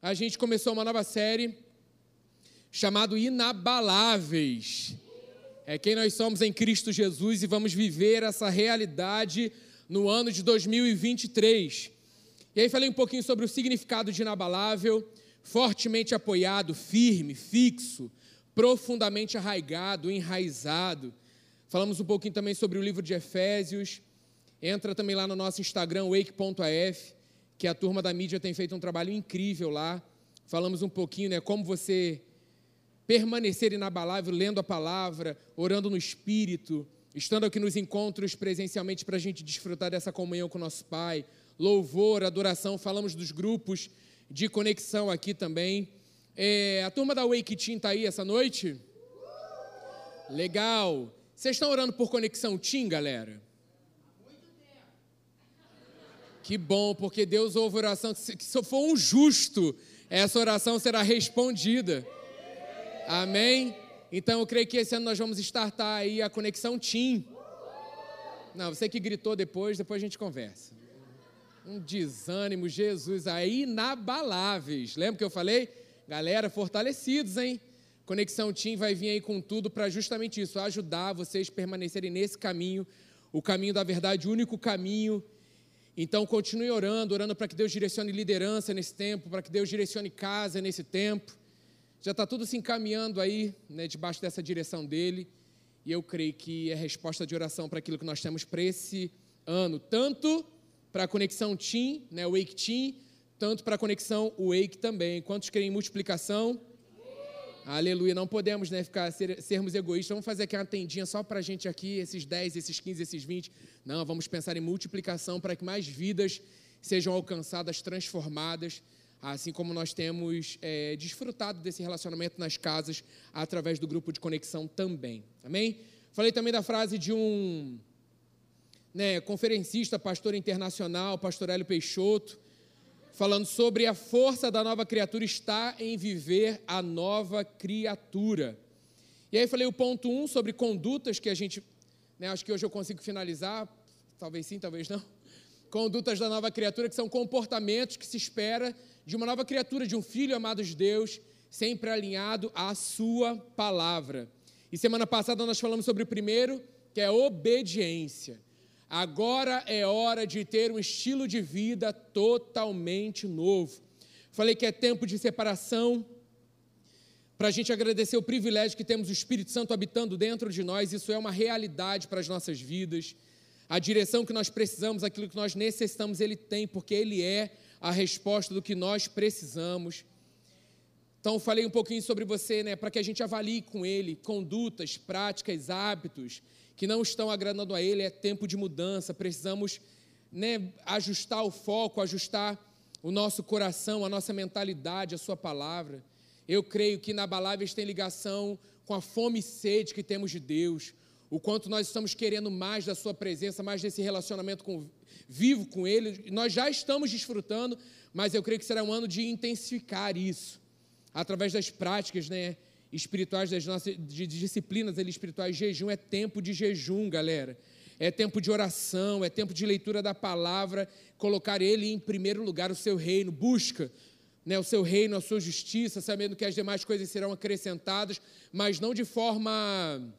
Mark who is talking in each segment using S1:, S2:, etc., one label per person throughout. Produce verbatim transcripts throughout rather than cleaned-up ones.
S1: a gente começou uma nova série chamada Inabaláveis. É quem nós somos em Cristo Jesus e vamos viver essa realidade no ano de dois mil e vinte e três. E aí falei um pouquinho sobre o significado de inabalável, fortemente apoiado, firme, fixo, profundamente arraigado, enraizado. Falamos um pouquinho também sobre o livro de Efésios. Entra também lá no nosso Instagram, wake ponto a f, que a turma da mídia tem feito um trabalho incrível lá. Falamos um pouquinho, né, como você permanecer inabalável, lendo a palavra, orando no Espírito, estando aqui nos encontros presencialmente para a gente desfrutar dessa comunhão com o nosso Pai. Louvor, adoração, falamos dos grupos de conexão aqui também. É, a turma da Wake Team está aí essa noite? Legal. Vocês estão orando por Conexão Team, galera? Que bom, porque Deus ouve oração, que se for um justo, essa oração será respondida. Amém? Então eu creio que esse ano nós vamos startar aí a Conexão Team. Não, você que gritou depois, depois a gente conversa. Um desânimo, Jesus, aí inabaláveis. Lembra que eu falei? Galera, fortalecidos, hein? Conexão Team vai vir aí com tudo para justamente isso, ajudar vocês a permanecerem nesse caminho, o caminho da verdade, o único caminho. Então, continue orando, orando para que Deus direcione liderança nesse tempo, para que Deus direcione casa nesse tempo. Já está tudo se encaminhando aí, né, debaixo dessa direção dele. E eu creio que é resposta de oração para aquilo que nós temos para esse ano, tanto para a Conexão Team, né, o Wake Team, tanto para a Conexão Wake também. Quantos querem multiplicação? Aleluia, não podemos, né, ficar, ser, sermos egoístas, vamos fazer aqui uma tendinha só para a gente aqui, esses dez, esses quinze, esses vinte. Não, vamos pensar em multiplicação para que mais vidas sejam alcançadas, transformadas, assim como nós temos é, desfrutado desse relacionamento nas casas, através do grupo de conexão também, amém? Falei também da frase de um né, conferencista, pastor internacional, pastor Hélio Peixoto, falando sobre a força da nova criatura está em viver a nova criatura. E aí falei o ponto um sobre condutas que a gente, né, acho que hoje eu consigo finalizar, talvez sim, talvez não. Condutas da nova criatura, que são comportamentos que se espera de uma nova criatura, de um filho amado de Deus, sempre alinhado à sua palavra. E semana passada nós falamos sobre o primeiro, que é obediência. Agora é hora de ter um estilo de vida totalmente novo. Falei que é tempo de separação, para a gente agradecer o privilégio que temos o Espírito Santo habitando dentro de nós. Isso é uma realidade para as nossas vidas. A direção que nós precisamos, aquilo que nós necessitamos, Ele tem, porque Ele é a resposta do que nós precisamos. Então, falei um pouquinho sobre você, né, para que a gente avalie com Ele condutas, práticas, hábitos que não estão agradando a Ele. É tempo de mudança, precisamos, né, ajustar o foco, ajustar o nosso coração, a nossa mentalidade, a sua palavra. Eu creio que inabaláveis tem ligação com a fome e sede que temos de Deus, o quanto nós estamos querendo mais da sua presença, mais desse relacionamento com, vivo com Ele. Nós já estamos desfrutando, mas eu creio que será um ano de intensificar isso, através das práticas, né, espirituais, das nossas de, de disciplinas ali, espirituais. Jejum é tempo de jejum, galera. É tempo de oração, é tempo de leitura da palavra, colocar Ele em primeiro lugar, o seu reino. Busca, né, o seu reino, a sua justiça, sabendo que as demais coisas serão acrescentadas, mas não de forma...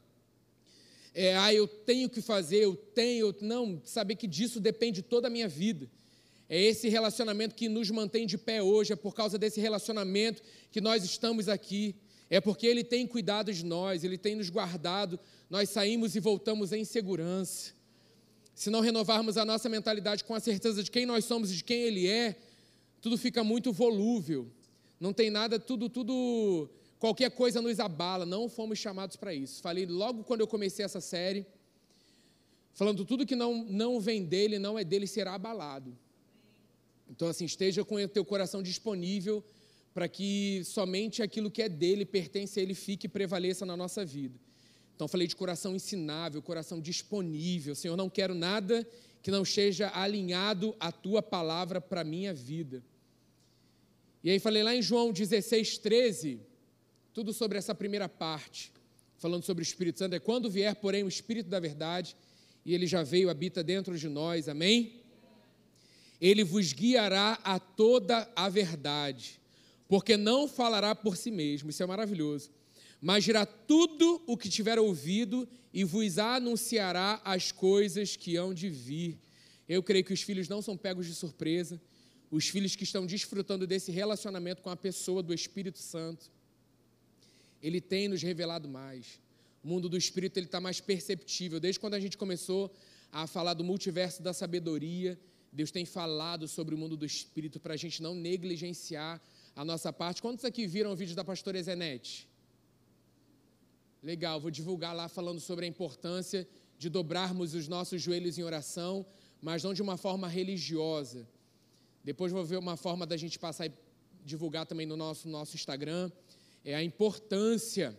S1: É, ah, eu tenho que fazer, eu tenho... Eu, não, saber que disso depende toda a minha vida. É esse relacionamento que nos mantém de pé hoje, é por causa desse relacionamento que nós estamos aqui. É porque Ele tem cuidado de nós, Ele tem nos guardado, nós saímos e voltamos em segurança. Se não renovarmos a nossa mentalidade com a certeza de quem nós somos e de quem Ele é, tudo fica muito volúvel. Não tem nada, tudo, tudo, qualquer coisa nos abala, não fomos chamados para isso. Falei logo quando eu comecei essa série, falando tudo que não, não vem dEle, não é dEle, será abalado. Então, assim, esteja com o teu coração disponível para que somente aquilo que é dEle, pertence a Ele, fique e prevaleça na nossa vida. Então, falei de coração ensinável, coração disponível. Senhor, não quero nada que não esteja alinhado à Tua palavra para a minha vida. E aí falei lá em João dezesseis, treze, tudo sobre essa primeira parte, falando sobre o Espírito Santo. É quando vier, porém, o Espírito da verdade, e Ele já veio, habita dentro de nós, amém? Ele vos guiará a toda a verdade, porque não falará por si mesmo, isso é maravilhoso, mas dirá tudo o que tiver ouvido e vos anunciará as coisas que hão de vir. Eu creio que os filhos não são pegos de surpresa, os filhos que estão desfrutando desse relacionamento com a pessoa do Espírito Santo, Ele tem nos revelado mais. O mundo do Espírito está mais perceptível. Desde quando a gente começou a falar do multiverso da sabedoria, Deus tem falado sobre o mundo do Espírito para a gente não negligenciar a nossa parte. Quantos aqui viram o vídeo da pastora Ezenete? Legal, vou divulgar lá falando sobre a importância de dobrarmos os nossos joelhos em oração, mas não de uma forma religiosa. Depois vou ver uma forma da gente passar e divulgar também no nosso, nosso Instagram. É a importância,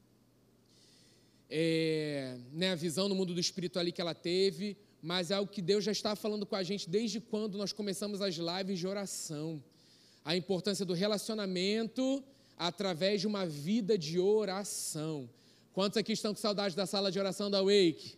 S1: é, né, a visão no mundo do Espírito ali que ela teve, mas é algo que Deus já está falando com a gente desde quando nós começamos as lives de oração. A importância do relacionamento através de uma vida de oração. Quantos aqui estão com saudade da sala de oração da Wake?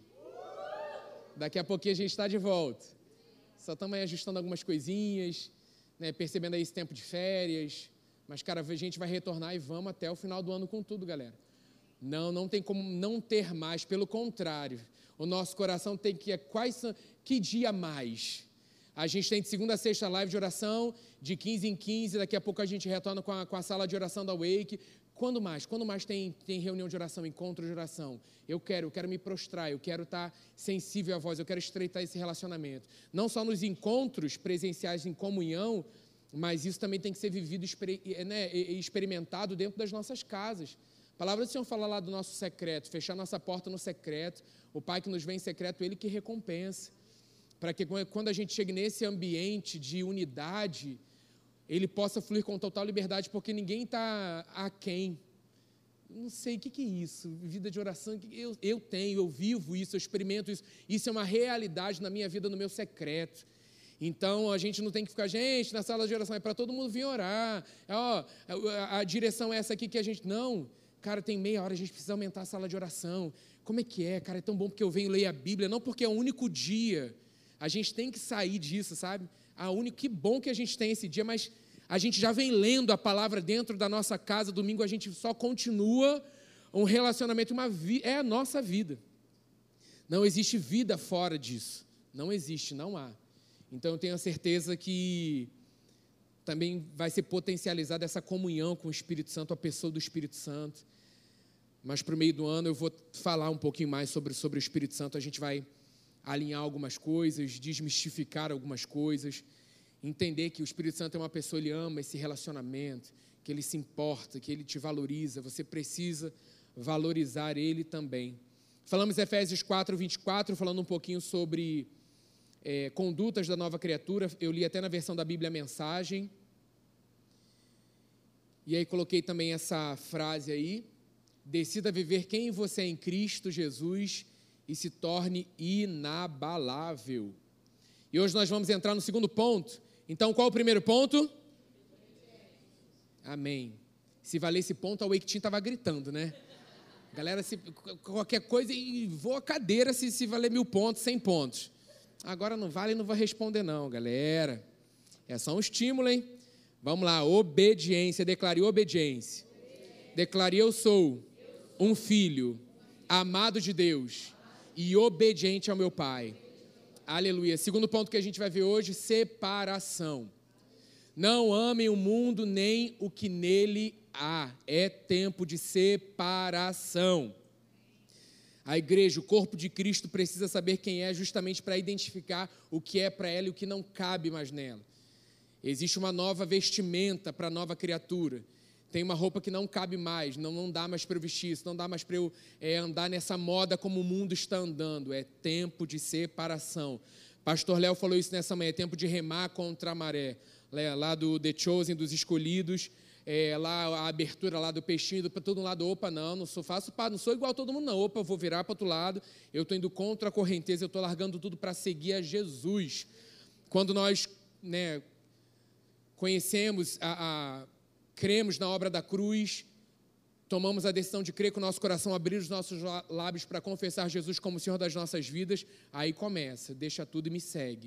S1: Daqui a pouquinho a gente está de volta. Só estamos aí ajustando algumas coisinhas, né, percebendo aí esse tempo de férias. Mas, cara, a gente vai retornar e vamos até o final do ano com tudo, galera. Não, não tem como não ter mais. Pelo contrário, o nosso coração tem que... Quais são, que dia mais? A gente tem de segunda a sexta live de oração, de quinze em quinze. Daqui a pouco a gente retorna com a, com a sala de oração da Wake. Quando mais? Quando mais tem, tem reunião de oração, encontro de oração? Eu quero, eu quero me prostrar, eu quero estar sensível à voz, eu quero estreitar esse relacionamento. Não só nos encontros presenciais em comunhão, mas isso também tem que ser vivido, né, e experimentado dentro das nossas casas. A palavra do Senhor fala lá do nosso secreto, fechar nossa porta no secreto. O Pai que nos vem em secreto, Ele que recompensa. Para que quando a gente chegue nesse ambiente de unidade, Ele possa fluir com total liberdade, porque ninguém está aquém. Não sei, o que, que é isso? Vida de oração, eu, eu tenho, eu vivo isso, eu experimento isso. Isso é uma realidade na minha vida, no meu secreto. Então, a gente não tem que ficar, gente, na sala de oração é para todo mundo vir orar. Ó, a, a direção é essa aqui que a gente... Não, cara, tem meia hora, a gente precisa aumentar a sala de oração. Como é que é? Cara, é tão bom porque eu venho ler a Bíblia, não porque é o único dia. A gente tem que sair disso, sabe? A única, que bom que a gente tem esse dia, mas a gente já vem lendo a palavra dentro da nossa casa, domingo a gente só continua um relacionamento, uma vi, é a nossa vida. Não existe vida fora disso. Não existe, não há. Então, eu tenho a certeza que também vai ser potencializada essa comunhão com o Espírito Santo, a pessoa do Espírito Santo. Mas, para o meio do ano, eu vou falar um pouquinho mais sobre, sobre o Espírito Santo. A gente vai alinhar algumas coisas, desmistificar algumas coisas, entender que o Espírito Santo é uma pessoa, ele ama esse relacionamento, que ele se importa, que ele te valoriza. Você precisa valorizar ele também. Falamos em Efésios quatro, vinte e quatro, falando um pouquinho sobre... É, condutas da nova criatura, eu li até na versão da Bíblia a Mensagem, e aí coloquei também essa frase aí, decida viver quem você é em Cristo Jesus e se torne inabalável. E hoje nós vamos entrar no segundo ponto. Então, qual o primeiro ponto? Amém. Se valer esse ponto, a Wake Team estava gritando, né? Galera, se, qualquer coisa, e voa a cadeira se, se valer mil pontos, cem pontos. Agora não vale e não vou responder não, galera. É só um estímulo, hein? Vamos lá, obediência. Declare obediência. Declare, eu sou um filho amado de Deus e obediente ao meu Pai. Aleluia. Segundo ponto que a gente vai ver hoje, separação. Não amem o mundo nem o que nele há. É tempo de separação. A igreja, o corpo de Cristo, precisa saber quem é justamente para identificar o que é para ela e o que não cabe mais nela. Existe uma nova vestimenta para a nova criatura. Tem uma roupa que não cabe mais, não, não dá mais para eu vestir isso, não dá mais para eu é, andar nessa moda como o mundo está andando. É tempo de separação. Pastor Léo falou isso nessa manhã, é tempo de remar contra a maré. Lá do The Chosen, dos escolhidos, É, lá a abertura lá do peixinho, para todo lado, opa, não, não sou, faço, não sou igual a todo mundo, não, opa, eu vou virar para o outro lado, eu estou indo contra a correnteza, eu estou largando tudo para seguir a Jesus. Quando nós, né, conhecemos, a, a, cremos na obra da cruz, tomamos a decisão de crer com o nosso coração, abrir os nossos lábios para confessar Jesus como o Senhor das nossas vidas, aí começa, deixa tudo e me segue.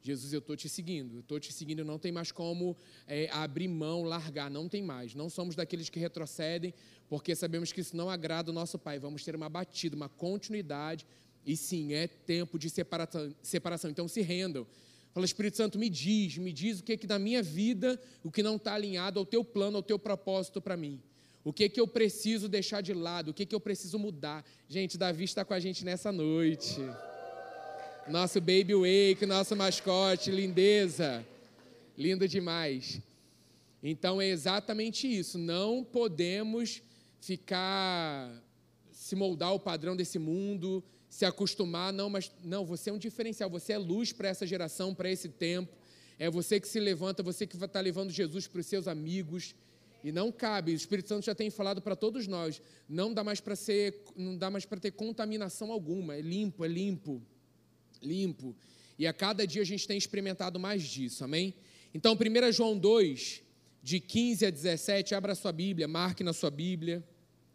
S1: Jesus, eu estou te seguindo, eu estou te seguindo, não tem mais como é, abrir mão, largar, não tem mais. Não somos daqueles que retrocedem, porque sabemos que isso não agrada o nosso Pai. Vamos ter uma batida, uma continuidade, e sim, é tempo de separação. separação. Então se rendam. Fala, Espírito Santo, me diz, me diz o que é que na minha vida, o que não está alinhado ao teu plano, ao teu propósito para mim. O que é que eu preciso deixar de lado, o que é que eu preciso mudar. Gente, Davi está com a gente nessa noite. Nosso baby wake, nosso mascote, lindeza. Lindo demais. Então é exatamente isso, não podemos ficar, se moldar ao padrão desse mundo, se acostumar, não, mas não, você é um diferencial, você é luz para essa geração, para esse tempo, é você que se levanta, você que está levando Jesus para os seus amigos, e não cabe, o Espírito Santo já tem falado para todos nós, não dá mais para ser, não dá mais para ter contaminação alguma, é limpo, é limpo, limpo, e a cada dia a gente tem experimentado mais disso, amém? Então, primeiro João dois, de quinze a dezessete, abra a sua Bíblia, marque na sua Bíblia.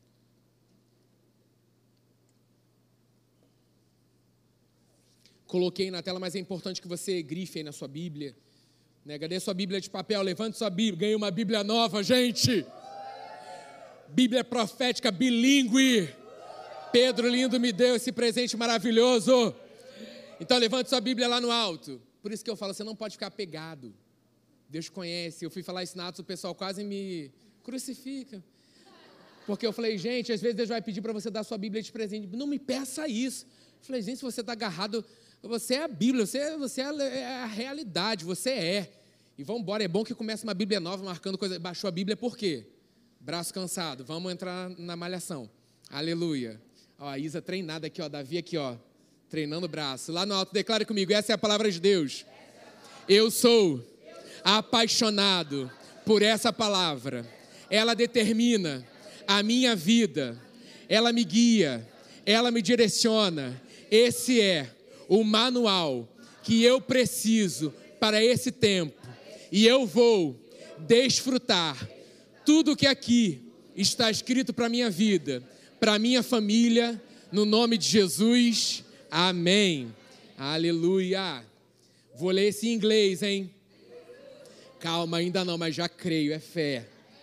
S1: Coloquei na tela, mas é importante que você grife aí na sua Bíblia. Né? Cadê a sua Bíblia de papel? Levante sua Bíblia, ganhe uma Bíblia nova, gente. Bíblia profética bilíngue. Pedro lindo me deu esse presente maravilhoso. Então levante sua Bíblia lá no alto. Por isso que eu falo, você não pode ficar apegado. Deus conhece. Eu fui falar isso na Atos, o pessoal quase me crucifica. Porque eu falei, gente, às vezes Deus vai pedir para você dar sua Bíblia de presente. Não me peça isso. Eu falei, gente, se você está agarrado, você é a Bíblia, você, você é a realidade, você é. E vamos embora, é bom que comece uma Bíblia nova, marcando coisa. Baixou a Bíblia por quê? Braço cansado, vamos entrar na malhação. Aleluia. Ó, a Isa treinada aqui, ó, Davi aqui, ó, treinando o braço. Lá no alto, declara comigo, essa é a palavra de Deus. Eu sou apaixonado por essa palavra. Ela determina a minha vida, ela me guia, ela me direciona. Esse é o manual que eu preciso para esse tempo. E eu vou desfrutar tudo que aqui está escrito para a minha vida, para a minha família, no nome de Jesus. Amém. Aleluia. Vou ler esse em inglês, hein? Calma, ainda não, mas já creio, é fé.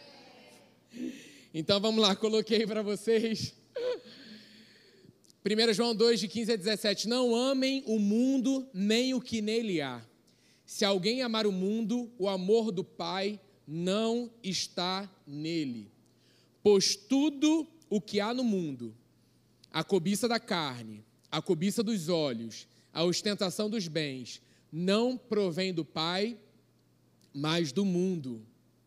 S1: Então vamos lá, coloquei para vocês. primeiro João dois, de quinze a dezessete. Não amem o mundo, nem o que nele há. Se alguém amar o mundo, o amor do Pai não está nele. Pois tudo o que há no mundo, a cobiça da carne, a cobiça dos olhos, a ostentação dos bens, não provém do Pai, mas do mundo.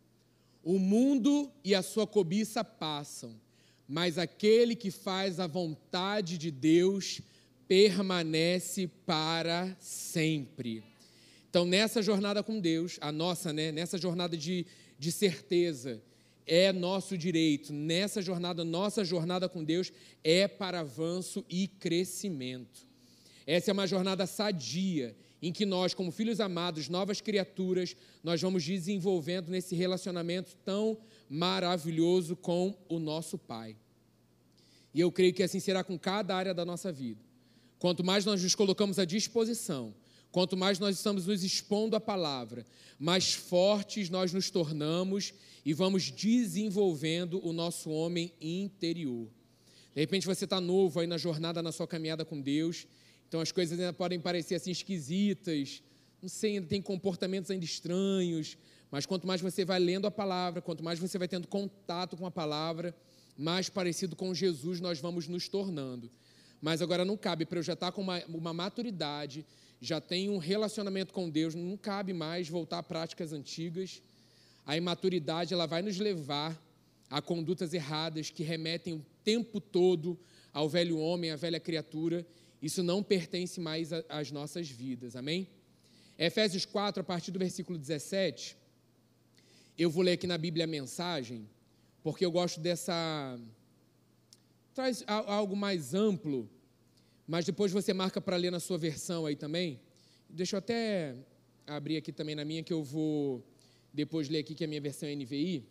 S1: O mundo e a sua cobiça passam, mas aquele que faz a vontade de Deus permanece para sempre. Então, nessa jornada com Deus, a nossa, né, nessa jornada de, de certeza, é nosso direito. Nessa jornada, nossa jornada com Deus é para avanço e crescimento. Essa é uma jornada sadia, em que nós, como filhos amados, novas criaturas, nós vamos desenvolvendo nesse relacionamento tão maravilhoso com o nosso Pai. E eu creio que assim será com cada área da nossa vida. Quanto mais nós nos colocamos à disposição, quanto mais nós estamos nos expondo à palavra, mais fortes nós nos tornamos e vamos desenvolvendo o nosso homem interior. De repente você está novo aí na jornada, na sua caminhada com Deus, então as coisas ainda podem parecer assim esquisitas, não sei, ainda tem comportamentos ainda estranhos, mas quanto mais você vai lendo a palavra, quanto mais você vai tendo contato com a palavra, mais parecido com Jesus nós vamos nos tornando. Mas agora não cabe, para eu já estar com uma, uma maturidade, já tenho um relacionamento com Deus, não cabe mais voltar a práticas antigas. A imaturidade ela vai nos levar a condutas erradas que remetem o tempo todo ao velho homem, à velha criatura. Isso não pertence mais às nossas vidas, amém? Efésios quatro, a partir do versículo dezessete, eu vou ler aqui na Bíblia a mensagem, porque eu gosto dessa... Traz algo mais amplo, mas depois você marca para ler na sua versão aí também. Deixa eu até abrir aqui também na minha, que eu vou depois ler aqui, que a minha versão é N V I.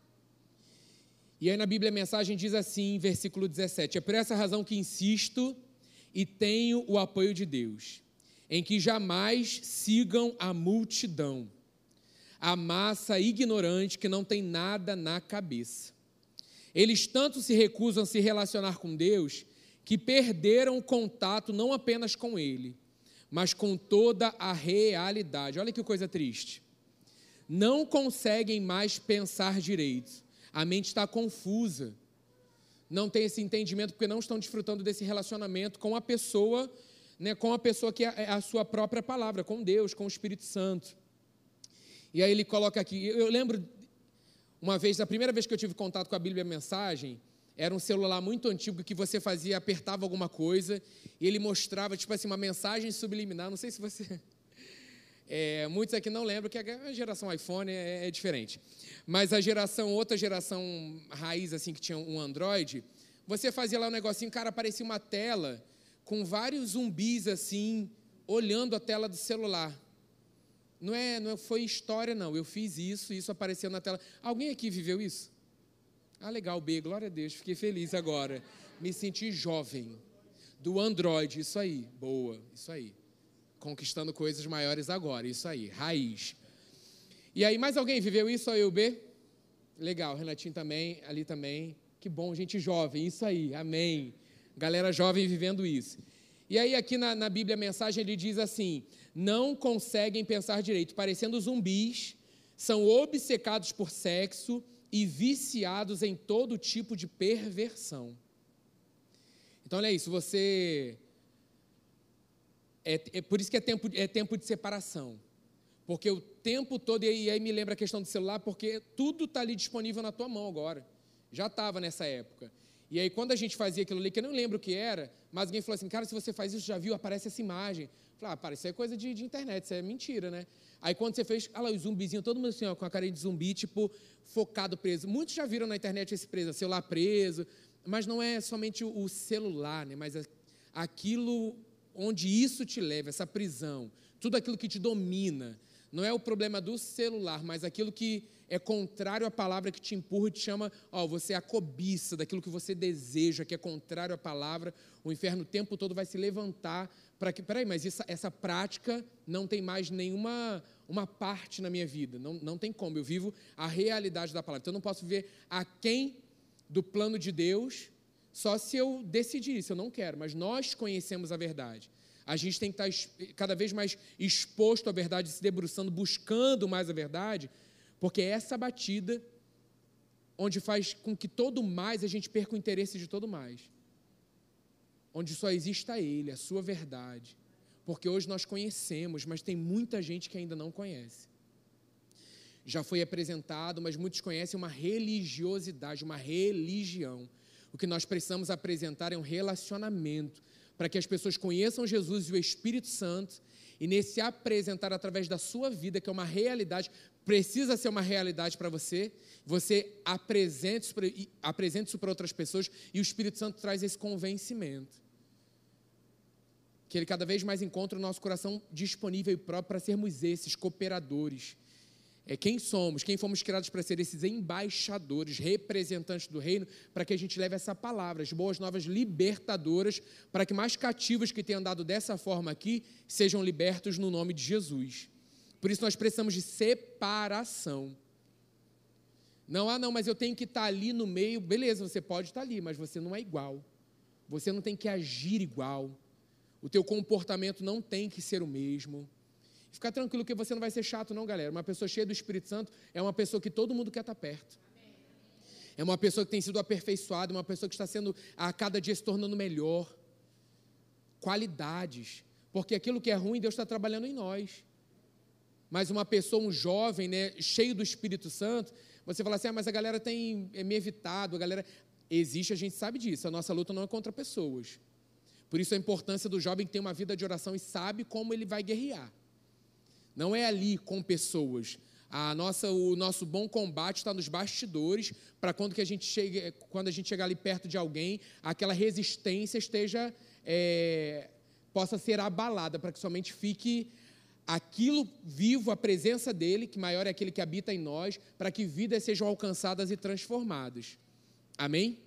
S1: E aí na Bíblia a mensagem diz assim, versículo dezessete, é por essa razão que insisto e tenho o apoio de Deus. em que jamais sigam a multidão, a massa ignorante que não tem nada na cabeça. Eles tanto se recusam a se relacionar com Deus que perderam o contato não apenas com Ele, mas com toda a realidade. Olha que coisa triste. Não conseguem mais pensar direito. A mente está confusa. Não tem esse entendimento porque não estão desfrutando desse relacionamento com a pessoa, né, com a pessoa que é a sua própria palavra, com Deus, com o Espírito Santo. E aí ele coloca aqui, eu lembro uma vez, a primeira vez que eu tive contato com a Bíblia Mensagem, era um celular muito antigo que você fazia, apertava alguma coisa, e ele mostrava, tipo assim, uma mensagem subliminar, não sei se você... É, muitos aqui não lembram que a geração iPhone é, é diferente. Mas a geração, outra geração raiz, assim, que tinha um Android, você fazia lá um negocinho, cara, aparecia uma tela com vários zumbis, assim, olhando a tela do celular. Não, é, não foi história, não. Eu fiz isso, e isso apareceu na tela. Alguém aqui viveu isso? Ah, legal, B, glória a Deus, fiquei feliz agora. Me senti jovem. Do Android, isso aí, boa, isso aí. Conquistando coisas maiores agora, isso aí, raiz. E aí, mais alguém viveu isso, só eu, B? Legal, Renatinho também, ali também. Que bom, gente jovem, isso aí, amém. Galera jovem vivendo isso. E aí, aqui na, na Bíblia, a mensagem, ele diz assim, não conseguem pensar direito, parecendo zumbis, são obcecados por sexo e viciados em todo tipo de perversão. Então, olha isso, você... É, é por isso que é tempo, é tempo de separação. Porque o tempo todo, e aí, e aí me lembra a questão do celular, porque tudo está ali disponível na tua mão agora. Já estava nessa época. E aí, quando a gente fazia aquilo ali, que eu não lembro o que era, mas alguém falou assim, cara, se você faz isso, já viu, aparece essa imagem. Eu falei, ah, para, isso é coisa de, de internet, isso é mentira, né? Aí, quando você fez, olha lá, os zumbizinhos, todo mundo assim, ó, com a cara de zumbi, tipo, focado, preso. Muitos já viram na internet esse preso, celular preso, mas não é somente o, o celular, né? Mas aquilo... onde isso te leva, essa prisão, tudo aquilo que te domina, não é o problema do celular, mas aquilo que é contrário à palavra que te empurra e te chama, ó, você é a cobiça daquilo que você deseja, que é contrário à palavra, o inferno o tempo todo vai se levantar para que, peraí, mas essa, essa prática não tem mais nenhuma uma parte na minha vida, não, não tem como, eu vivo a realidade da palavra, então eu não posso viver aquém do plano de Deus, só se eu decidir isso, eu não quero, mas nós conhecemos a verdade. A gente tem que estar cada vez mais exposto à verdade, se debruçando, buscando mais a verdade, porque é essa batida onde faz com que todo mais a gente perca o interesse de todo mais. Onde só exista Ele, a sua verdade. Porque hoje nós conhecemos, mas tem muita gente que ainda não conhece. Já foi apresentado, mas muitos conhecem uma religiosidade, uma religião. O que nós precisamos apresentar é um relacionamento, para que as pessoas conheçam Jesus e o Espírito Santo, e nesse apresentar através da sua vida, que é uma realidade, precisa ser uma realidade para você, você apresente isso para, apresente isso para outras pessoas, e o Espírito Santo traz esse convencimento. Que Ele cada vez mais encontra o nosso coração disponível e próprio para sermos esses cooperadores. É quem somos, quem fomos criados para ser esses embaixadores, representantes do reino, para que a gente leve essa palavra, as boas novas libertadoras, para que mais cativos que tenham andado dessa forma aqui, sejam libertos no nome de Jesus. Por isso nós precisamos de separação. Não, ah não, mas eu tenho que estar ali no meio, beleza, você pode estar ali, mas você não é igual. Você não tem que agir igual. O teu comportamento não tem que ser o mesmo. Fica tranquilo que você não vai ser chato não, galera. Uma pessoa cheia do Espírito Santo é uma pessoa que todo mundo quer estar perto. É uma pessoa que tem sido aperfeiçoada, uma pessoa que está sendo a cada dia se tornando melhor. Qualidades. Porque aquilo que é ruim, Deus está trabalhando em nós. Mas uma pessoa, um jovem, né, cheio do Espírito Santo, você fala assim, ah, mas a galera tem é, me evitado, a galera... Existe, a gente sabe disso. A nossa luta não é contra pessoas. Por isso a importância do jovem que tem uma vida de oração e sabe como ele vai guerrear. Não é ali com pessoas. A nossa, o nosso bom combate está nos bastidores, para quando que a gente chega, quando a gente chegar ali perto de alguém, aquela resistência esteja, é, possa ser abalada, para que somente fique aquilo vivo, a presença dele, que maior é aquele que habita em nós, para que vidas sejam alcançadas e transformadas. Amém?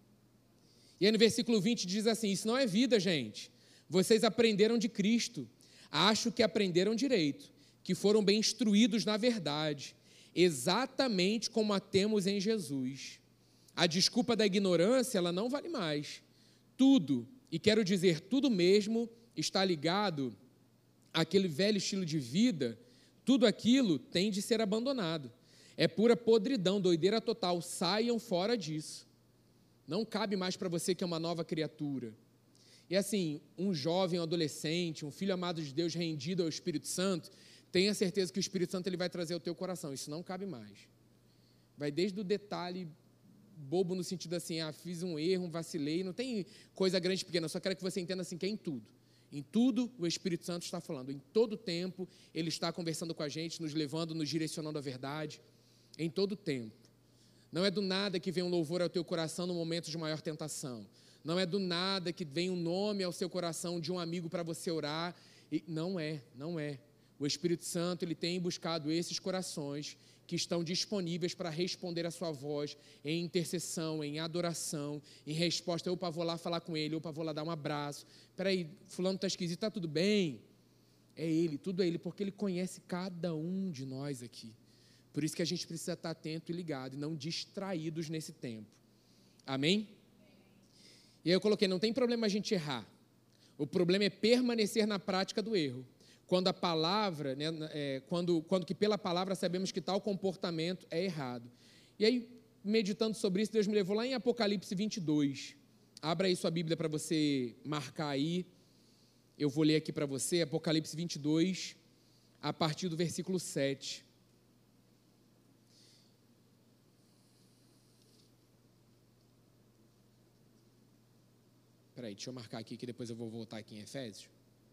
S1: E aí no versículo vinte diz assim, isso não é vida, gente. Vocês aprenderam de Cristo. Acho que aprenderam direito, que foram bem instruídos na verdade, exatamente como a temos em Jesus. A desculpa da ignorância, ela não vale mais. Tudo, e quero dizer tudo mesmo, está ligado àquele velho estilo de vida. Tudo aquilo tem de ser abandonado. É pura podridão, doideira total. Saiam fora disso. Não cabe mais para você que é uma nova criatura. E assim, um jovem, um adolescente, um filho amado de Deus rendido ao Espírito Santo, tenha certeza que o Espírito Santo ele vai trazer ao teu coração. Isso não cabe mais. Vai desde o detalhe bobo no sentido assim, ah, fiz um erro, um vacilei, não tem coisa grande e pequena, eu só quero que você entenda assim, que é em tudo. Em tudo o Espírito Santo está falando, em todo tempo ele está conversando com a gente, nos levando, nos direcionando à verdade, em todo tempo. Não é do nada que vem um louvor ao teu coração no momento de maior tentação. Não é do nada que vem um nome ao seu coração de um amigo para você orar. E não é, não é. O Espírito Santo ele tem buscado esses corações que estão disponíveis para responder a sua voz em intercessão, em adoração, em resposta. Opa, vou lá falar com ele, opa, vou lá dar um abraço. Espera aí, fulano está esquisito, está tudo bem? É ele, tudo é ele, porque ele conhece cada um de nós aqui. Por isso que a gente precisa estar atento e ligado, e não distraídos nesse tempo. Amém? E aí eu coloquei, não tem problema a gente errar. O problema é permanecer na prática do erro. Quando a palavra, né, é, quando, quando que pela palavra sabemos que tal comportamento é errado. E aí, meditando sobre isso, Deus me levou lá em Apocalipse vinte e dois. Abra aí sua Bíblia para você marcar aí. Eu vou ler aqui para você, Apocalipse vinte e dois, a partir do versículo sete. Espera aí, deixa eu marcar aqui que depois eu vou voltar aqui em Efésios.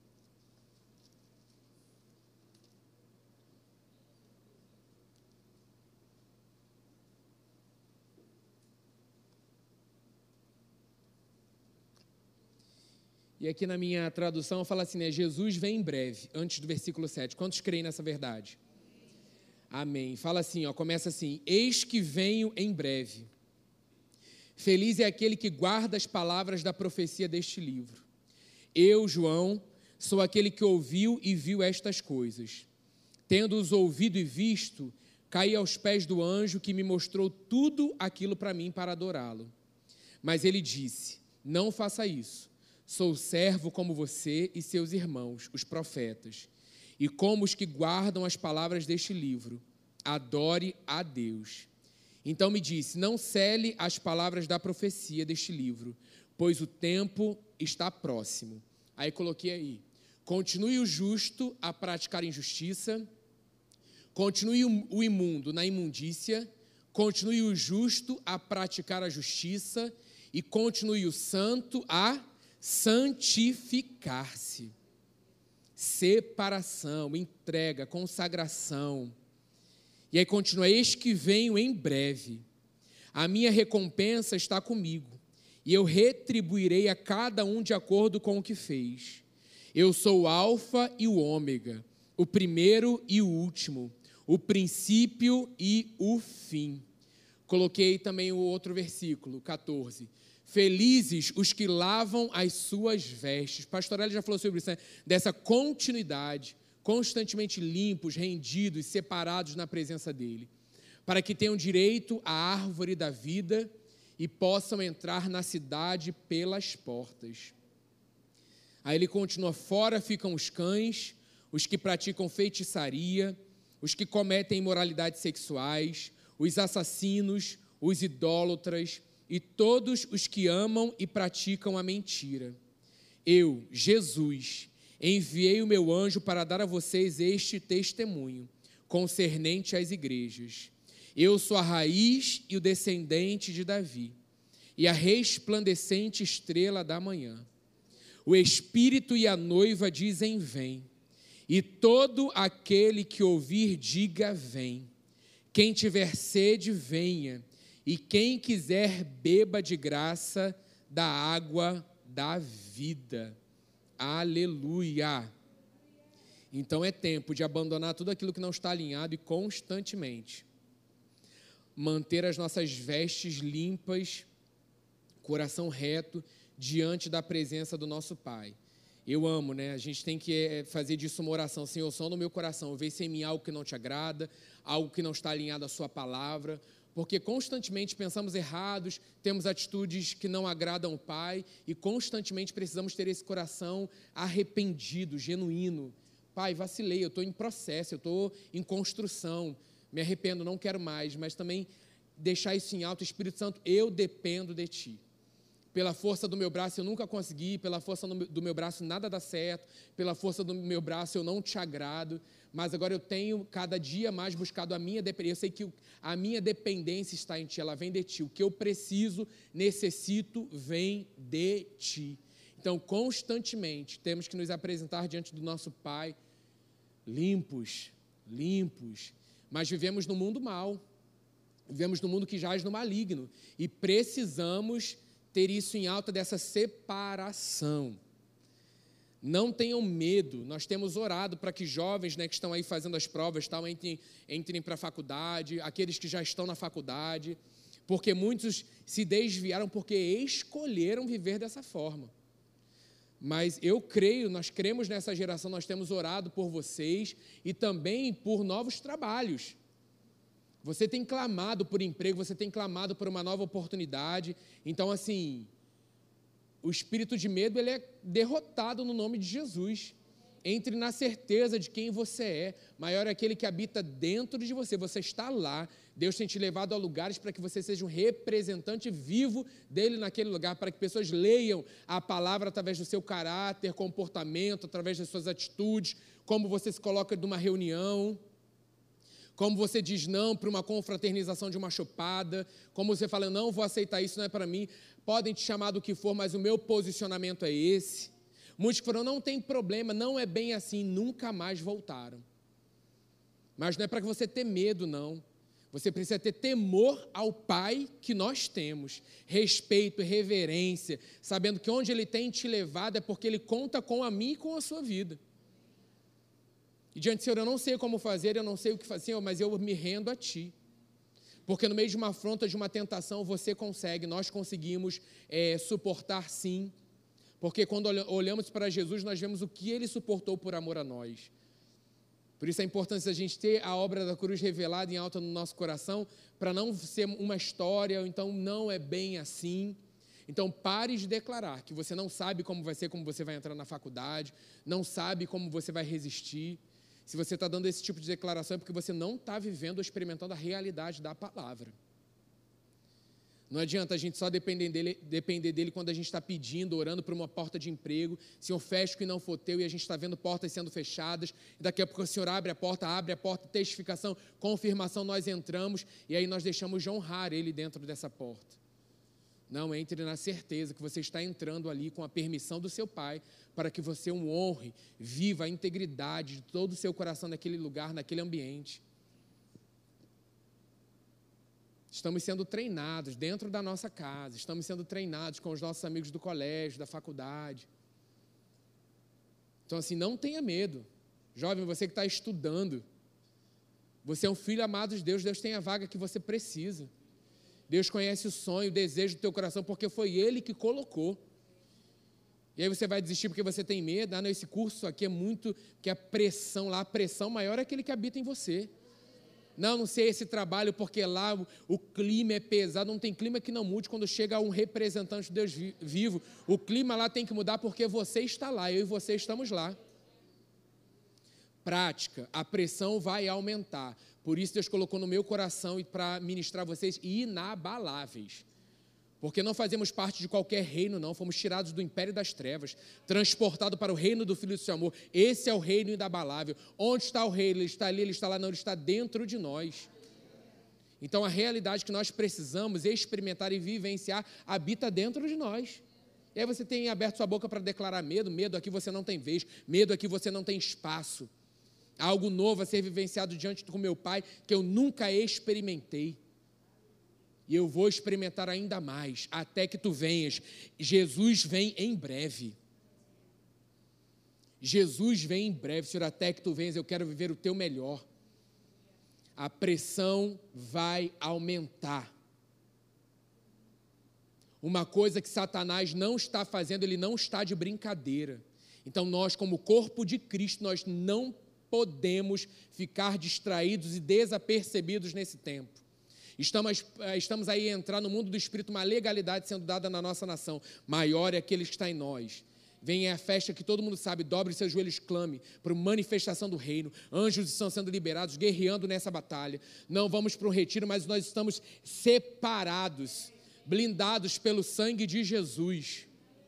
S1: E aqui na minha tradução fala assim, né? Jesus vem em breve, antes do versículo sete. Quantos creem nessa verdade? Amém. Fala assim, ó, começa assim, eis que venho em breve. Feliz é aquele que guarda as palavras da profecia deste livro. Eu, João, sou aquele que ouviu e viu estas coisas. Tendo-os ouvido e visto, caí aos pés do anjo que me mostrou tudo aquilo para mim para adorá-lo. Mas ele disse, não faça isso. Sou servo como você e seus irmãos, os profetas, e como os que guardam as palavras deste livro. Adore a Deus. Então me disse, não cele as palavras da profecia deste livro, pois o tempo está próximo. Aí coloquei aí, continue o justo a praticar injustiça, continue o imundo na imundícia, continue o justo a praticar a justiça e continue o santo a santificar-se. Separação, entrega, consagração. E aí continua, eis que venho em breve. A minha recompensa está comigo, e eu retribuirei a cada um de acordo com o que fez. Eu sou o alfa e o ômega, o primeiro e o último, o princípio e o fim. Coloquei também o outro versículo, catorze. Felizes os que lavam as suas vestes. Pastor Hélio já falou sobre isso, né? Dessa continuidade, constantemente limpos, rendidos, separados na presença dele, para que tenham direito à árvore da vida e possam entrar na cidade pelas portas. Aí ele continua, fora ficam os cães, os que praticam feitiçaria, os que cometem imoralidades sexuais, os assassinos, os idólatras, e todos os que amam e praticam a mentira. Eu, Jesus, enviei o meu anjo para dar a vocês este testemunho, concernente às igrejas. Eu sou a raiz e o descendente de Davi, e a resplandecente estrela da manhã. O Espírito e a noiva dizem, vem, e todo aquele que ouvir, diga, vem. Quem tiver sede, venha. E quem quiser, beba de graça da água da vida. Aleluia! Então é tempo de abandonar tudo aquilo que não está alinhado e constantemente manter as nossas vestes limpas, coração reto, diante da presença do nosso Pai. Eu amo, né? A gente tem que fazer disso uma oração. Senhor, som no meu coração, vê se em mim algo que não te agrada, algo que não está alinhado à sua palavra, porque constantemente pensamos errados, temos atitudes que não agradam o Pai e constantemente precisamos ter esse coração arrependido, genuíno. Pai, vacilei, eu estou em processo, eu estou em construção, me arrependo, não quero mais, mas também deixar isso em alto. Espírito Santo, eu dependo de Ti. Pela força do meu braço eu nunca consegui, pela força do meu braço nada dá certo, pela força do meu braço eu não te agrado, mas agora eu tenho cada dia mais buscado a minha dependência. Eu sei que a minha dependência está em Ti, ela vem de Ti. O que eu preciso, necessito, vem de Ti. Então, constantemente, temos que nos apresentar diante do nosso Pai, limpos, limpos, mas vivemos no mundo mau, vivemos no mundo que jaz no maligno, e precisamos ter isso em alta, dessa separação. Não tenham medo, nós temos orado para que jovens, né, que estão aí fazendo as provas, tal, entrem, entrem para a faculdade, aqueles que já estão na faculdade, porque muitos se desviaram porque escolheram viver dessa forma. Mas eu creio, nós cremos nessa geração, nós temos orado por vocês e também por novos trabalhos. Você tem clamado por emprego, você tem clamado por uma nova oportunidade. Então, assim, o espírito de medo, ele é derrotado no nome de Jesus. Entre na certeza de quem você é. Maior é aquele que habita dentro de você. Você está lá. Deus tem te levado a lugares para que você seja um representante vivo dele naquele lugar, para que pessoas leiam a palavra através do seu caráter, comportamento, através das suas atitudes, como você se coloca numa reunião, como você diz não para uma confraternização de uma chupada, como você fala, não vou aceitar isso, não é para mim, podem te chamar do que for, mas o meu posicionamento é esse. Muitos que foram, não tem problema, não é bem assim, nunca mais voltaram. Mas não é para que você ter medo, não. Você precisa ter temor ao Pai que nós temos, respeito, reverência, sabendo que onde Ele tem te levado é porque Ele conta com a mim e com a sua vida. E diante do Senhor, eu não sei como fazer, eu não sei o que fazer, Senhor, mas eu me rendo a Ti. Porque no meio de uma afronta, de uma tentação, você consegue, nós conseguimos é, suportar sim. Porque quando olhamos para Jesus, nós vemos o que Ele suportou por amor a nós. Por isso a importância da gente ter a obra da cruz revelada em alta no nosso coração, para não ser uma história, ou então não é bem assim. Então pare de declarar que você não sabe como vai ser, como você vai entrar na faculdade, não sabe como você vai resistir. Se você está dando esse tipo de declaração é porque você não está vivendo ou experimentando a realidade da palavra. Não adianta a gente só depender dele, depender dele quando a gente está pedindo, orando por uma porta de emprego. Senhor, fecha o que não for teu, e a gente está vendo portas sendo fechadas. E daqui a pouco o Senhor abre a porta, abre a porta, testificação, confirmação, nós entramos. E aí nós deixamos de honrar Ele dentro dessa porta. Não, entre na certeza que você está entrando ali com a permissão do seu Pai, para que você o honre, viva a integridade de todo o seu coração naquele lugar, naquele ambiente. Estamos sendo treinados dentro da nossa casa, estamos sendo treinados com os nossos amigos do colégio, da faculdade. Então, assim, não tenha medo. Jovem, você que está estudando, você é um filho amado de Deus, Deus tem a vaga que você precisa. Deus conhece o sonho, o desejo do teu coração, porque foi Ele que colocou. E aí você vai desistir porque você tem medo. Ah, não, esse curso aqui é muito, que a pressão lá, a pressão maior é aquele que habita em você. Não, não sei esse trabalho, porque lá o, o clima é pesado. Não tem clima que não mude quando chega um representante de Deus vi, vivo. O clima lá tem que mudar porque você está lá, eu e você estamos lá. Prática, a pressão vai aumentar. Por isso Deus colocou no meu coração para ministrar vocês inabaláveis. Porque não fazemos parte de qualquer reino, não. Fomos tirados do império das trevas, transportados para o reino do Filho do seu amor. Esse é o reino inabalável. Onde está o rei? Ele está ali, ele está lá, não, ele está dentro de nós. Então a realidade que nós precisamos experimentar e vivenciar habita dentro de nós. E aí você tem aberto sua boca para declarar medo. Medo aqui você não tem vez, medo aqui você não tem espaço. Há algo novo a ser vivenciado diante do meu Pai que eu nunca experimentei. E eu vou experimentar ainda mais, até que tu venhas. Jesus vem em breve. Jesus vem em breve, Senhor, até que tu venhas, eu quero viver o teu melhor. A pressão vai aumentar. Uma coisa que Satanás não está fazendo, ele não está de brincadeira. Então nós, como corpo de Cristo, nós não podemos ficar distraídos e desapercebidos nesse tempo. Estamos, estamos aí a entrar no mundo do Espírito, uma legalidade sendo dada na nossa nação. Maior é aquele que está em nós. Vem a festa que todo mundo sabe, dobre seus joelhos, clame por manifestação do reino. Anjos estão sendo liberados, guerreando nessa batalha. Não vamos para um retiro, mas nós estamos separados, blindados pelo sangue de Jesus.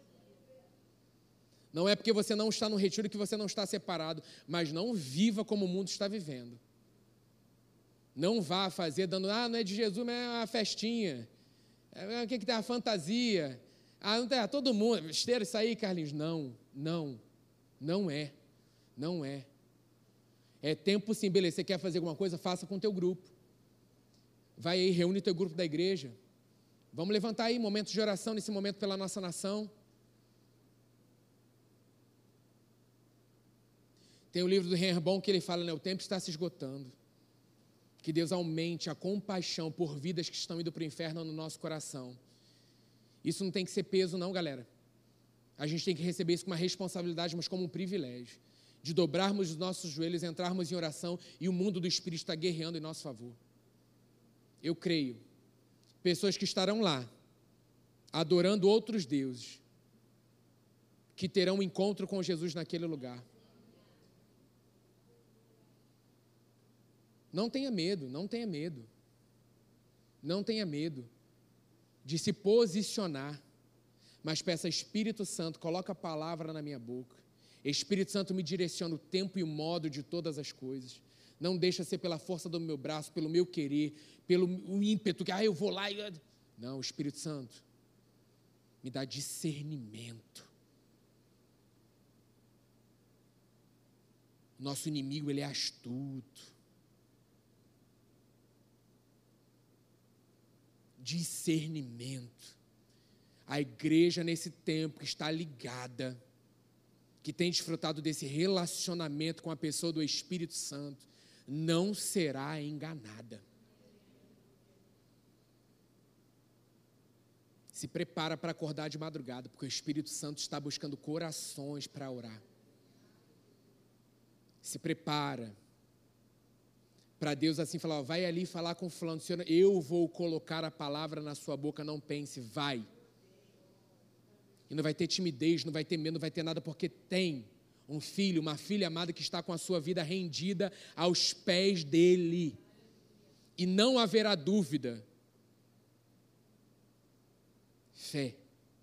S1: Não é porque você não está no retiro que você não está separado, mas não viva como o mundo está vivendo. Não vá fazer dando, ah, não é de Jesus, mas é uma festinha. O que que tem a fantasia? Ah, não tem, ah, todo mundo, esteira isso aí, Carlinhos. Não, não, não é, não é. É tempo sim, beleza, você quer fazer alguma coisa, faça com o teu grupo. Vai aí, reúne o teu grupo da igreja. Vamos levantar aí momentos de oração nesse momento pela nossa nação. Tem o livro do Rehoboam que ele fala, né, o tempo está se esgotando. Que Deus aumente a compaixão por vidas que estão indo para o inferno no nosso coração. Isso não tem que ser peso não, galera. A gente tem que receber isso com uma responsabilidade, mas como um privilégio. De dobrarmos os nossos joelhos, entrarmos em oração e o mundo do Espírito está guerreando em nosso favor. Eu creio. Pessoas que estarão lá, adorando outros deuses, que terão um encontro com Jesus naquele lugar. Não tenha medo, não tenha medo. Não tenha medo de se posicionar, mas peça, Espírito Santo, coloca a palavra na minha boca. Espírito Santo, me direciona o tempo e o modo de todas as coisas. Não deixa ser pela força do meu braço, pelo meu querer, pelo ímpeto, que ah, eu vou lá e... Não, Espírito Santo, me dá discernimento. Nosso inimigo, ele é astuto. Discernimento. A igreja nesse tempo que está ligada, que tem desfrutado desse relacionamento com a pessoa do Espírito Santo, não será enganada. Se prepara para acordar de madrugada, porque o Espírito Santo está buscando corações para orar. Se prepara para Deus assim falar, ó, vai ali falar com fulano, Senhor, eu vou colocar a palavra na sua boca, não pense, vai. E não vai ter timidez, não vai ter medo, não vai ter nada, porque tem um filho, uma filha amada que está com a sua vida rendida aos pés dele. E não haverá dúvida. Fé.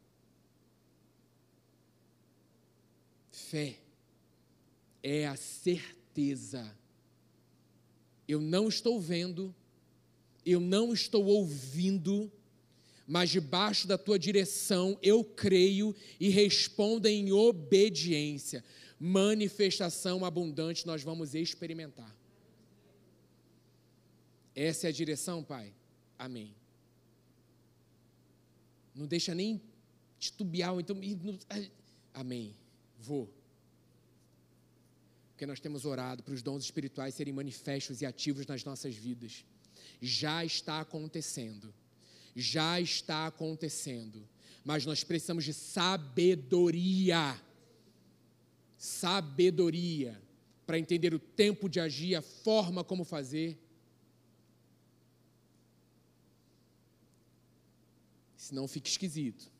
S1: Fé é a certeza. Eu não estou vendo, eu não estou ouvindo, mas debaixo da tua direção eu creio e respondo em obediência. Manifestação abundante nós vamos experimentar. Essa é a direção, Pai? Amém. Não deixa nem titubear, então... Amém. Vou. Porque nós temos orado para os dons espirituais serem manifestos e ativos nas nossas vidas. Já está acontecendo. Já está acontecendo. Mas nós precisamos de sabedoria. Sabedoria. Para entender o tempo de agir, a forma como fazer. Senão fica esquisito.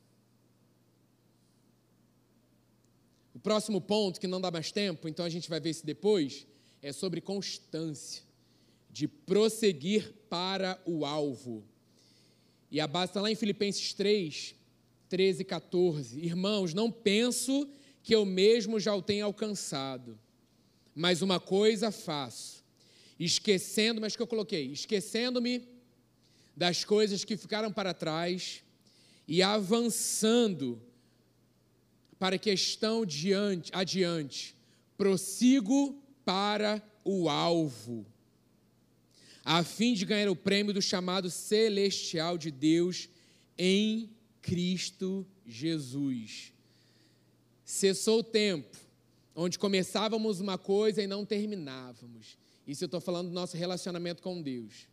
S1: O próximo ponto, que não dá mais tempo, então a gente vai ver isso depois, é sobre constância, de prosseguir para o alvo. E a base está lá em Filipenses três, treze e quatorze. Irmãos, não penso que eu mesmo já o tenha alcançado, mas uma coisa faço, esquecendo, mas que eu coloquei, esquecendo-me das coisas que ficaram para trás e avançando para que estão diante, adiante, prossigo para o alvo, a fim de ganhar o prêmio do chamado celestial de Deus em Cristo Jesus. Cessou o tempo onde começávamos uma coisa e não terminávamos. Isso eu estou falando do nosso relacionamento com Deus.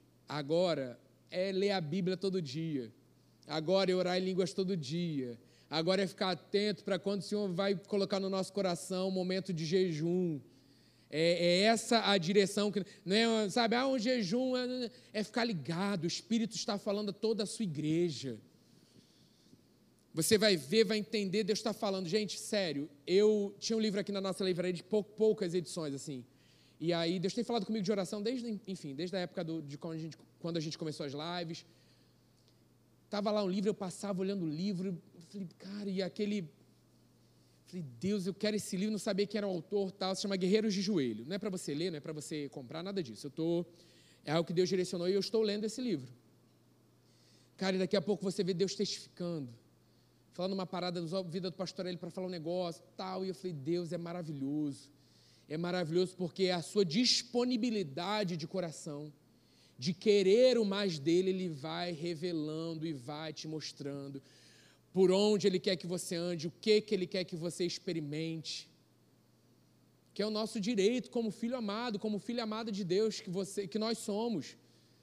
S1: Agora é ler a Bíblia todo dia. Agora é orar em línguas todo dia. Agora é ficar atento para quando o Senhor vai colocar no nosso coração um momento de jejum. É, é essa a direção, que não é, sabe, ah, um jejum é, é ficar ligado, o Espírito está falando a toda a sua igreja. Você vai ver, vai entender, Deus está falando. Gente, sério, eu tinha um livro aqui na nossa livraria de pou, poucas edições, assim, e aí Deus tem falado comigo de oração desde, enfim, desde a época do, de quando a, gente, quando a gente começou as lives. Estava lá um livro, eu passava olhando o livro, eu falei, cara, e aquele... Falei, Deus, eu quero esse livro, não sabia quem era o autor, tal, se chama Guerreiros de Joelho. Não é para você ler, não é para você comprar, nada disso. Eu tô, é algo que Deus direcionou e eu estou lendo esse livro. Cara, e daqui a pouco você vê Deus testificando, falando uma parada da vida do pastor Eli para falar um negócio, tal, e eu falei, Deus, é maravilhoso. É maravilhoso porque é a sua disponibilidade de coração, de querer o mais dele, ele vai revelando e vai te mostrando por onde ele quer que você ande, o que, que ele quer que você experimente, que é o nosso direito como filho amado, como filha amada de Deus que, você, que nós somos.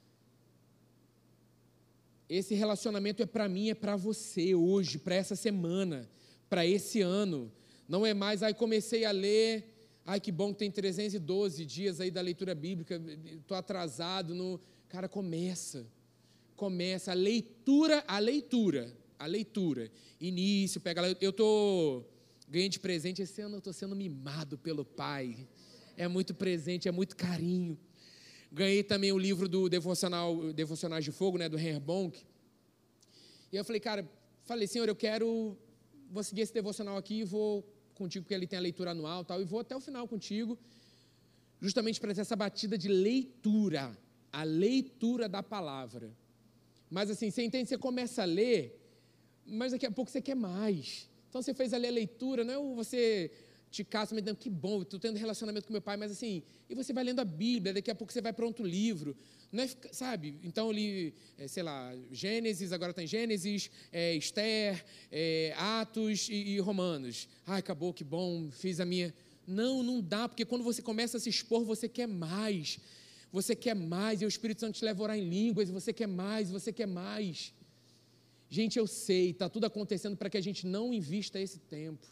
S1: Esse relacionamento é para mim, é para você hoje, para essa semana, para esse ano. Não é mais, ai, comecei a ler, ai, que bom que tem trezentos e doze dias aí da leitura bíblica, estou atrasado. No... Cara, começa, começa a leitura, a leitura, a leitura. Início, pega lá, eu estou, ganhei de presente, esse ano eu estou sendo mimado pelo Pai. É muito presente, é muito carinho. Ganhei também o livro do Devocional, Devocionais de Fogo, né, do Reinhard Bonk. E eu falei, cara, falei, Senhor, eu quero, vou seguir esse devocional aqui e vou contigo, porque ele tem a leitura anual e tal, e vou até o final contigo, justamente para ter essa batida de leitura, a leitura da palavra. Mas assim, você entende, você começa a ler, mas daqui a pouco você quer mais. Então você fez ali a leitura, não é você... te caso, me dando, que bom, estou tendo relacionamento com meu pai, mas assim, e você vai lendo a Bíblia, daqui a pouco você vai para outro livro, não é, sabe, então eu li, é, sei lá, Gênesis, agora está em Gênesis, é, Esther, é, Atos e, e Romanos, ai, acabou, que bom, fiz a minha, não, não dá, porque quando você começa a se expor, você quer mais, você quer mais, e o Espírito Santo te leva a orar em línguas, e você quer mais, você quer mais, gente, eu sei, está tudo acontecendo para que a gente não invista esse tempo.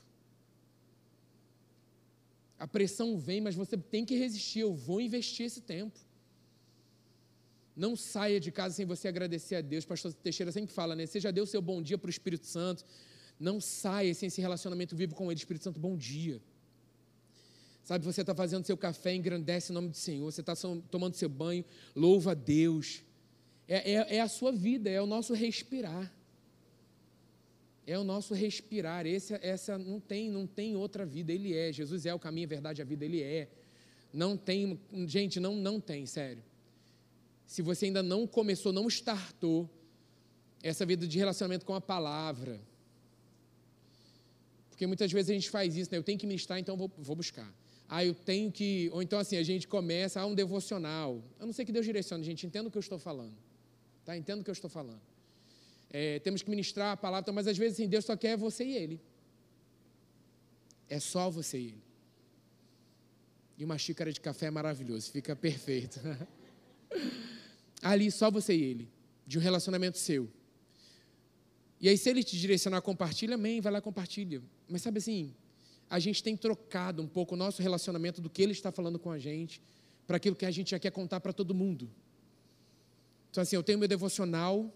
S1: A pressão vem, mas você tem que resistir. Eu vou investir esse tempo. Não saia de casa sem você agradecer a Deus. Pastor Teixeira sempre fala, né? Você já deu o seu bom dia para o Espírito Santo. Não saia sem esse relacionamento vivo com ele. Espírito Santo, bom dia. Sabe, você está fazendo seu café, engrandece o nome do Senhor. Você está tomando seu banho, louva a Deus. É, é, é a sua vida, é o nosso respirar. É o nosso respirar, esse, essa não tem, não tem outra vida, Ele é, Jesus é o caminho, a verdade, a vida, Ele é, não tem, gente, não, não tem, sério, se você ainda não começou, não startou essa vida de relacionamento com a palavra, porque muitas vezes a gente faz isso, né? Eu tenho que ministrar, então vou, vou buscar, ah, eu tenho que, ou então assim, a gente começa, ah, um devocional, eu não sei que Deus direciona, gente, entenda o que eu estou falando, tá? Entenda o que eu estou falando. É, temos que ministrar a palavra, mas às vezes assim, Deus só quer você e Ele. É só você e Ele. E uma xícara de café é maravilhoso, fica perfeito. Ali só você e Ele, de um relacionamento seu. E aí se Ele te direcionar, compartilha, amém, vai lá, compartilha. Mas sabe assim, a gente tem trocado um pouco o nosso relacionamento do que Ele está falando com a gente, para aquilo que a gente já quer contar para todo mundo. Então assim, eu tenho meu devocional,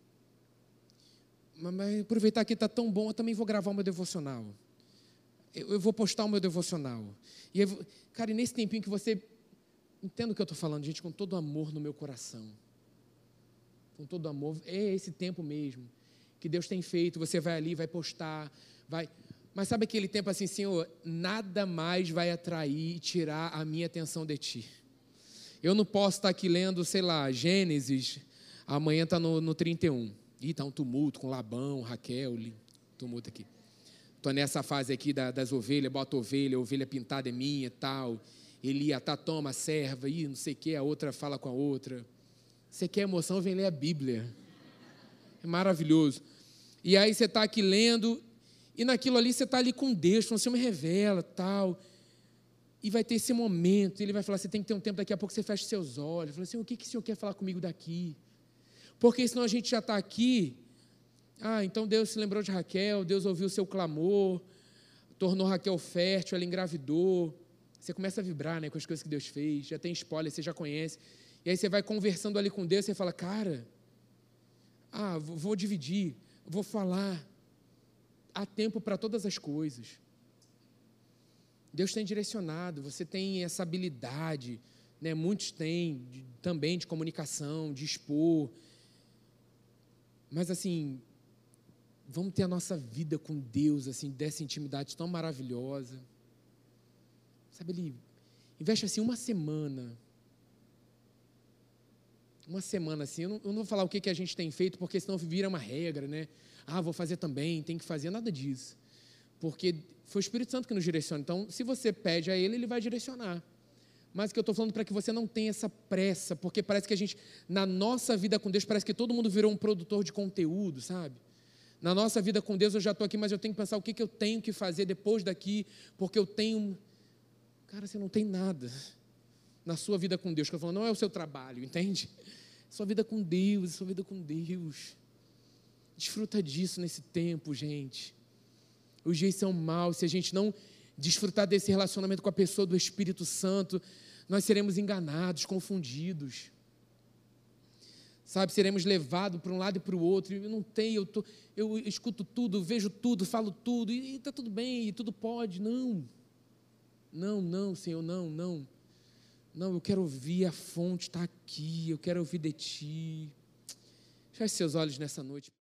S1: mas aproveitar que está tão bom, eu também vou gravar o meu devocional. Eu, eu vou postar o meu devocional. E aí, cara, e nesse tempinho que você... Entenda o que eu estou falando, gente, com todo amor no meu coração. Com todo amor. É esse tempo mesmo que Deus tem feito. Você vai ali, vai postar, vai... Mas sabe aquele tempo assim, Senhor, nada mais vai atrair e tirar a minha atenção de Ti. Eu não posso estar aqui lendo, sei lá, Gênesis, amanhã está no, no trinta e um. Ih, está um tumulto com Labão, Raquel, tumulto aqui. Estou nessa fase aqui da, das ovelhas, bota ovelha, a ovelha pintada é minha e tal. Elia, tá, toma, serva, ih, não sei o que, a outra fala com a outra. Você quer emoção, vem ler a Bíblia. É maravilhoso. E aí você está aqui lendo, e naquilo ali você está ali com Deus, o Senhor me revela, tal. E vai ter esse momento, ele vai falar, você tem que ter um tempo, daqui a pouco você fecha seus olhos. Fala assim, o que, que o Senhor quer falar comigo daqui? Porque senão a gente já está aqui, Ah, então Deus se lembrou de Raquel, Deus ouviu o seu clamor, tornou Raquel fértil, ela engravidou. Você começa a vibrar, né, com as coisas que Deus fez, já tem spoiler, você já conhece. E aí você vai conversando ali com Deus, você fala, cara, ah, vou dividir, vou falar. Há tempo para todas as coisas. Deus tem direcionado, você tem essa habilidade, né? Muitos têm de, também de comunicação, de expor. Mas assim, vamos ter a nossa vida com Deus, assim, dessa intimidade tão maravilhosa. Sabe, Ele investe assim uma semana. Uma semana assim, eu não, eu não vou falar o que, que a gente tem feito, porque senão vira uma regra, né? Ah, vou fazer também, tem que fazer, nada disso. Porque foi o Espírito Santo que nos direciona. Então, se você pede a Ele, Ele vai direcionar. Mas o que eu estou falando para que você não tenha essa pressa, porque parece que a gente, na nossa vida com Deus, parece que todo mundo virou um produtor de conteúdo, sabe? Na nossa vida com Deus, eu já estou aqui, mas eu tenho que pensar o que, que eu tenho que fazer depois daqui, porque eu tenho... Cara, você não tem nada na sua vida com Deus, que eu estou falando, não é o seu trabalho, entende? Sua vida com Deus, sua vida com Deus. Desfruta disso nesse tempo, gente. Os dias são maus, se a gente não desfrutar desse relacionamento com a pessoa do Espírito Santo, nós seremos enganados, confundidos. Sabe, seremos levados para um lado e para o outro. Eu não tenho, eu, tô, eu escuto tudo, vejo tudo, falo tudo, e está tudo bem, e tudo pode. Não, não, não, Senhor, não, não. Não, eu quero ouvir, a fonte está aqui, eu quero ouvir de Ti. Feche seus olhos nessa noite.